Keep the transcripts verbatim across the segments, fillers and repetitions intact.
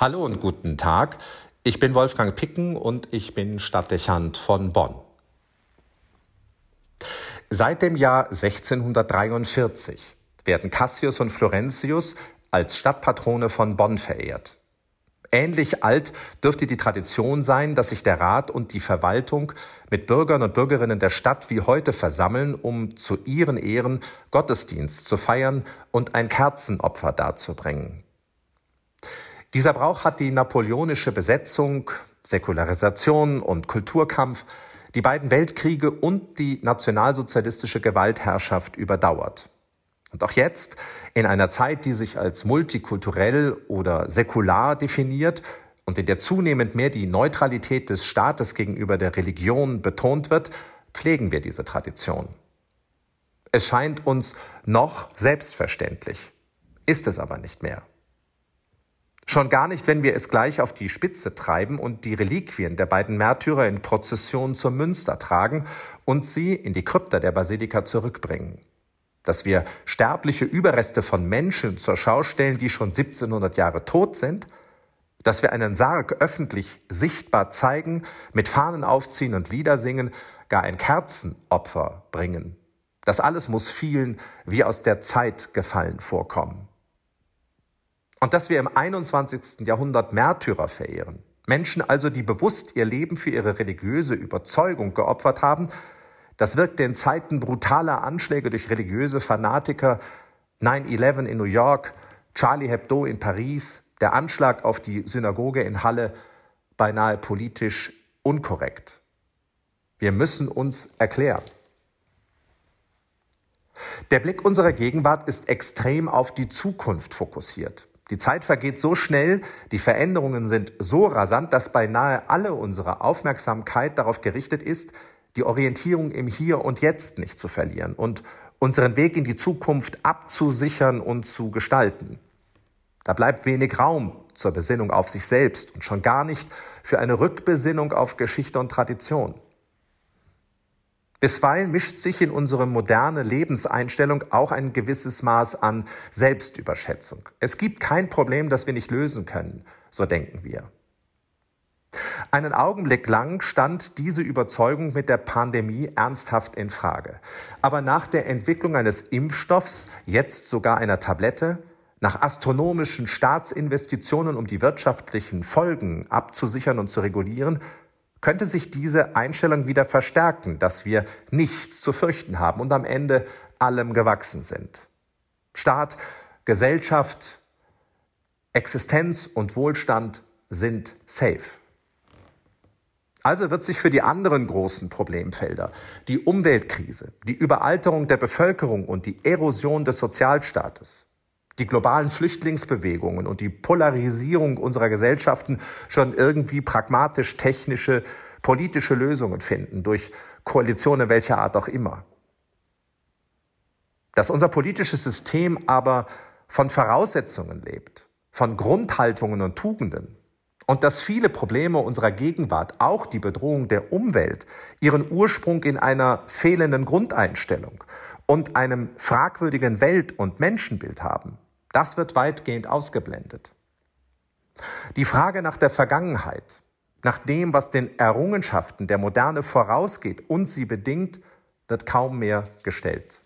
Hallo und guten Tag. Ich bin Wolfgang Picken und ich bin Stadtdechant von Bonn. Seit dem Jahr sechzehnhundertdreiundvierzig werden Cassius und Florentius als Stadtpatrone von Bonn verehrt. Ähnlich alt dürfte die Tradition sein, dass sich der Rat und die Verwaltung mit Bürgern und Bürgerinnen der Stadt wie heute versammeln, um zu ihren Ehren Gottesdienst zu feiern und ein Kerzenopfer darzubringen. Dieser Brauch hat die napoleonische Besetzung, Säkularisation und Kulturkampf, die beiden Weltkriege und die nationalsozialistische Gewaltherrschaft überdauert. Und auch jetzt, in einer Zeit, die sich als multikulturell oder säkular definiert und in der zunehmend mehr die Neutralität des Staates gegenüber der Religion betont wird, pflegen wir diese Tradition. Es scheint uns noch selbstverständlich, ist es aber nicht mehr. Schon gar nicht, wenn wir es gleich auf die Spitze treiben und die Reliquien der beiden Märtyrer in Prozession zum Münster tragen und sie in die Krypta der Basilika zurückbringen. Dass wir sterbliche Überreste von Menschen zur Schau stellen, die schon siebzehnhundert Jahre tot sind, dass wir einen Sarg öffentlich sichtbar zeigen, mit Fahnen aufziehen und Lieder singen, gar ein Kerzenopfer bringen. Das alles muss vielen wie aus der Zeit gefallen vorkommen. Und dass wir im einundzwanzigsten Jahrhundert Märtyrer verehren, Menschen also, die bewusst ihr Leben für ihre religiöse Überzeugung geopfert haben, das wirkt in Zeiten brutaler Anschläge durch religiöse Fanatiker, nine eleven in New York, Charlie Hebdo in Paris, der Anschlag auf die Synagoge in Halle, beinahe politisch unkorrekt. Wir müssen uns erklären. Der Blick unserer Gegenwart ist extrem auf die Zukunft fokussiert. Die Zeit vergeht so schnell, die Veränderungen sind so rasant, dass beinahe alle unsere Aufmerksamkeit darauf gerichtet ist, die Orientierung im Hier und Jetzt nicht zu verlieren und unseren Weg in die Zukunft abzusichern und zu gestalten. Da bleibt wenig Raum zur Besinnung auf sich selbst und schon gar nicht für eine Rückbesinnung auf Geschichte und Tradition. Bisweilen mischt sich in unsere moderne Lebenseinstellung auch ein gewisses Maß an Selbstüberschätzung. Es gibt kein Problem, das wir nicht lösen können, so denken wir. Einen Augenblick lang stand diese Überzeugung mit der Pandemie ernsthaft in Frage. Aber nach der Entwicklung eines Impfstoffs, jetzt sogar einer Tablette, nach astronomischen Staatsinvestitionen, um die wirtschaftlichen Folgen abzusichern und zu regulieren, könnte sich diese Einstellung wieder verstärken, dass wir nichts zu fürchten haben und am Ende allem gewachsen sind. Staat, Gesellschaft, Existenz und Wohlstand sind safe. Also wird sich für die anderen großen Problemfelder, die Umweltkrise, die Überalterung der Bevölkerung und die Erosion des Sozialstaates, die globalen Flüchtlingsbewegungen und die Polarisierung unserer Gesellschaften schon irgendwie pragmatisch technische, politische Lösungen finden, durch Koalitionen welcher Art auch immer. Dass unser politisches System aber von Voraussetzungen lebt, von Grundhaltungen und Tugenden und dass viele Probleme unserer Gegenwart, auch die Bedrohung der Umwelt, ihren Ursprung in einer fehlenden Grundeinstellung und einem fragwürdigen Welt- und Menschenbild haben, das wird weitgehend ausgeblendet. Die Frage nach der Vergangenheit, nach dem, was den Errungenschaften der Moderne vorausgeht und sie bedingt, wird kaum mehr gestellt.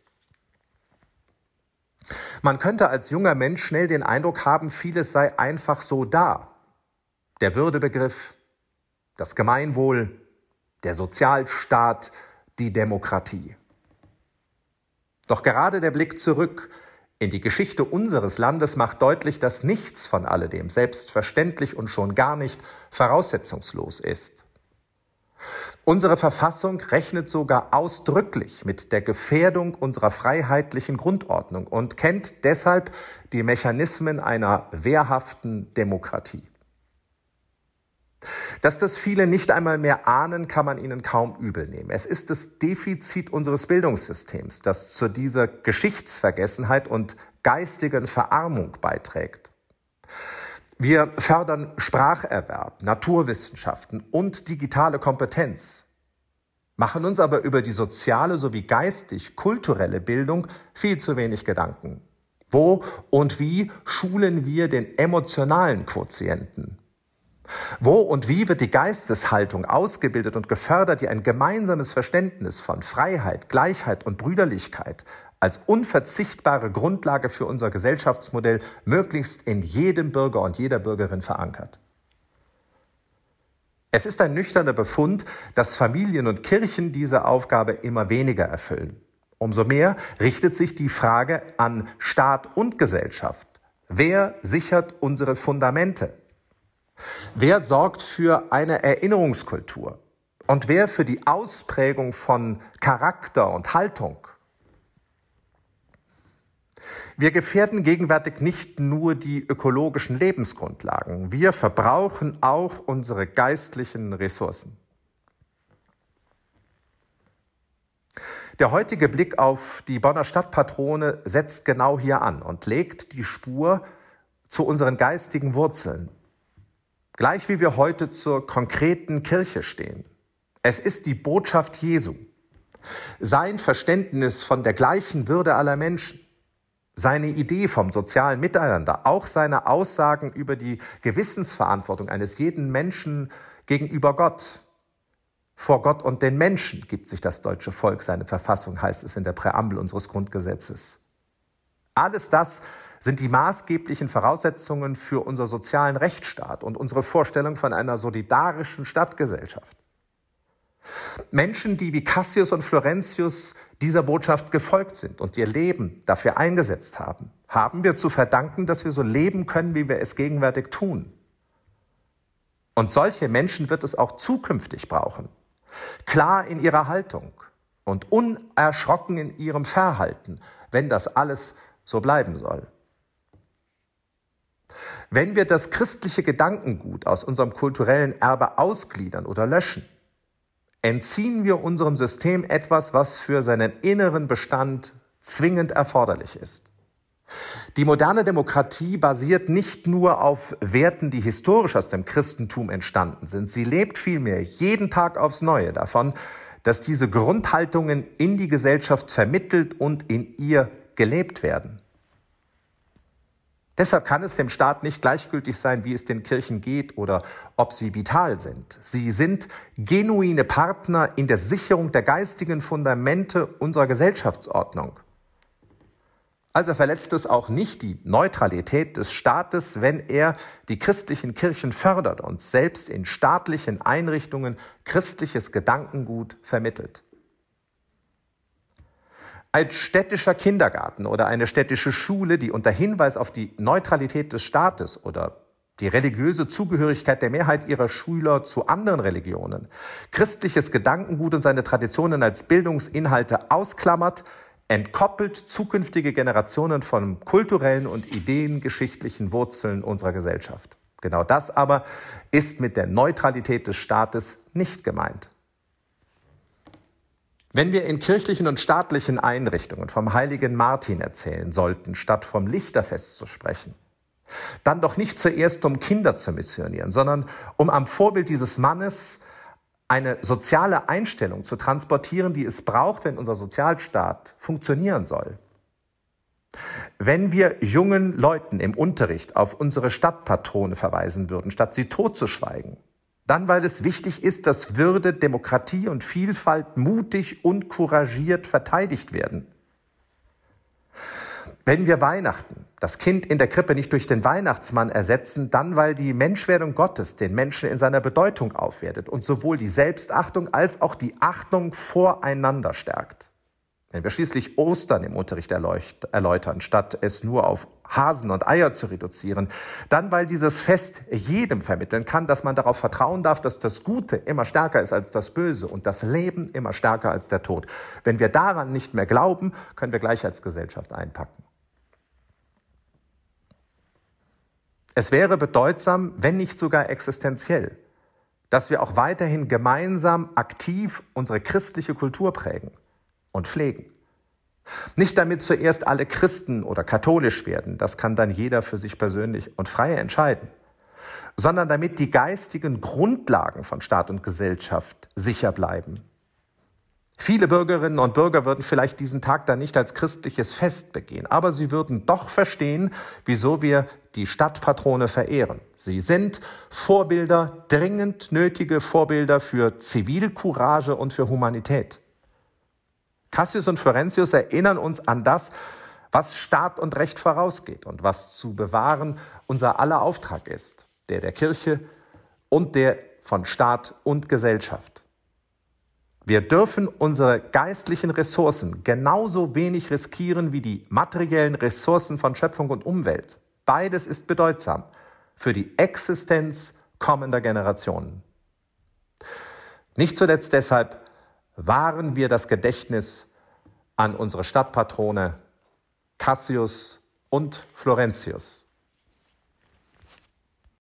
Man könnte als junger Mensch schnell den Eindruck haben, vieles sei einfach so da. Der Würdebegriff, das Gemeinwohl, der Sozialstaat, die Demokratie. Doch gerade der Blick zurück in die Geschichte unseres Landes macht deutlich, dass nichts von alledem selbstverständlich und schon gar nicht voraussetzungslos ist. Unsere Verfassung rechnet sogar ausdrücklich mit der Gefährdung unserer freiheitlichen Grundordnung und kennt deshalb die Mechanismen einer wehrhaften Demokratie. Dass das viele nicht einmal mehr ahnen, kann man ihnen kaum übel nehmen. Es ist das Defizit unseres Bildungssystems, das zu dieser Geschichtsvergessenheit und geistigen Verarmung beiträgt. Wir fördern Spracherwerb, Naturwissenschaften und digitale Kompetenz, machen uns aber über die soziale sowie geistig-kulturelle Bildung viel zu wenig Gedanken. Wo und wie schulen wir den emotionalen Quotienten? Wo und wie wird die Geisteshaltung ausgebildet und gefördert, die ein gemeinsames Verständnis von Freiheit, Gleichheit und Brüderlichkeit als unverzichtbare Grundlage für unser Gesellschaftsmodell möglichst in jedem Bürger und jeder Bürgerin verankert? Es ist ein nüchterner Befund, dass Familien und Kirchen diese Aufgabe immer weniger erfüllen. Umso mehr richtet sich die Frage an Staat und Gesellschaft. Wer sichert unsere Fundamente? Wer sorgt für eine Erinnerungskultur? Und wer für die Ausprägung von Charakter und Haltung? Wir gefährden gegenwärtig nicht nur die ökologischen Lebensgrundlagen, wir verbrauchen auch unsere geistlichen Ressourcen. Der heutige Blick auf die Bonner Stadtpatrone setzt genau hier an und legt die Spur zu unseren geistigen Wurzeln. Gleich wie wir heute zur konkreten Kirche stehen. Es ist die Botschaft Jesu. Sein Verständnis von der gleichen Würde aller Menschen. Seine Idee vom sozialen Miteinander. Auch seine Aussagen über die Gewissensverantwortung eines jeden Menschen gegenüber Gott. Vor Gott und den Menschen gibt sich das deutsche Volk seine Verfassung, heißt es in der Präambel unseres Grundgesetzes. Alles das sind die maßgeblichen Voraussetzungen für unseren sozialen Rechtsstaat und unsere Vorstellung von einer solidarischen Stadtgesellschaft. Menschen, die wie Cassius und Florentius dieser Botschaft gefolgt sind und ihr Leben dafür eingesetzt haben, haben wir zu verdanken, dass wir so leben können, wie wir es gegenwärtig tun. Und solche Menschen wird es auch zukünftig brauchen. Klar in ihrer Haltung und unerschrocken in ihrem Verhalten, wenn das alles so bleiben soll. Wenn wir das christliche Gedankengut aus unserem kulturellen Erbe ausgliedern oder löschen, entziehen wir unserem System etwas, was für seinen inneren Bestand zwingend erforderlich ist. Die moderne Demokratie basiert nicht nur auf Werten, die historisch aus dem Christentum entstanden sind. Sie lebt vielmehr jeden Tag aufs Neue davon, dass diese Grundhaltungen in die Gesellschaft vermittelt und in ihr gelebt werden. Deshalb kann es dem Staat nicht gleichgültig sein, wie es den Kirchen geht oder ob sie vital sind. Sie sind genuine Partner in der Sicherung der geistigen Fundamente unserer Gesellschaftsordnung. Also verletzt es auch nicht die Neutralität des Staates, wenn er die christlichen Kirchen fördert und selbst in staatlichen Einrichtungen christliches Gedankengut vermittelt. Ein städtischer Kindergarten oder eine städtische Schule, die unter Hinweis auf die Neutralität des Staates oder die religiöse Zugehörigkeit der Mehrheit ihrer Schüler zu anderen Religionen, christliches Gedankengut und seine Traditionen als Bildungsinhalte ausklammert, entkoppelt zukünftige Generationen von kulturellen und ideengeschichtlichen Wurzeln unserer Gesellschaft. Genau das aber ist mit der Neutralität des Staates nicht gemeint. Wenn wir in kirchlichen und staatlichen Einrichtungen vom heiligen Martin erzählen sollten, statt vom Lichterfest zu sprechen, dann doch nicht zuerst um Kinder zu missionieren, sondern um am Vorbild dieses Mannes eine soziale Einstellung zu transportieren, die es braucht, wenn unser Sozialstaat funktionieren soll. Wenn wir jungen Leuten im Unterricht auf unsere Stadtpatrone verweisen würden, statt sie totzuschweigen, dann, weil es wichtig ist, dass Würde, Demokratie und Vielfalt mutig und couragiert verteidigt werden. Wenn wir Weihnachten, das Kind in der Krippe nicht durch den Weihnachtsmann ersetzen, dann, weil die Menschwerdung Gottes den Menschen in seiner Bedeutung aufwertet und sowohl die Selbstachtung als auch die Achtung voreinander stärkt. Wenn wir schließlich Ostern im Unterricht erläutern, statt es nur auf Hasen und Eier zu reduzieren, dann, weil dieses Fest jedem vermitteln kann, dass man darauf vertrauen darf, dass das Gute immer stärker ist als das Böse und das Leben immer stärker als der Tod. Wenn wir daran nicht mehr glauben, können wir gleich als Gesellschaft einpacken. Es wäre bedeutsam, wenn nicht sogar existenziell, dass wir auch weiterhin gemeinsam aktiv unsere christliche Kultur prägen und pflegen. Nicht damit zuerst alle Christen oder katholisch werden, das kann dann jeder für sich persönlich und frei entscheiden, sondern damit die geistigen Grundlagen von Staat und Gesellschaft sicher bleiben. Viele Bürgerinnen und Bürger würden vielleicht diesen Tag dann nicht als christliches Fest begehen, aber sie würden doch verstehen, wieso wir die Stadtpatrone verehren. Sie sind Vorbilder, dringend nötige Vorbilder für Zivilcourage und für Humanität. Cassius und Florentius erinnern uns an das, was Staat und Recht vorausgeht und was zu bewahren unser aller Auftrag ist, der der Kirche und der von Staat und Gesellschaft. Wir dürfen unsere geistlichen Ressourcen genauso wenig riskieren wie die materiellen Ressourcen von Schöpfung und Umwelt. Beides ist bedeutsam für die Existenz kommender Generationen. Nicht zuletzt deshalb wahren wir das Gedächtnis an unsere Stadtpatrone Cassius und Florentius.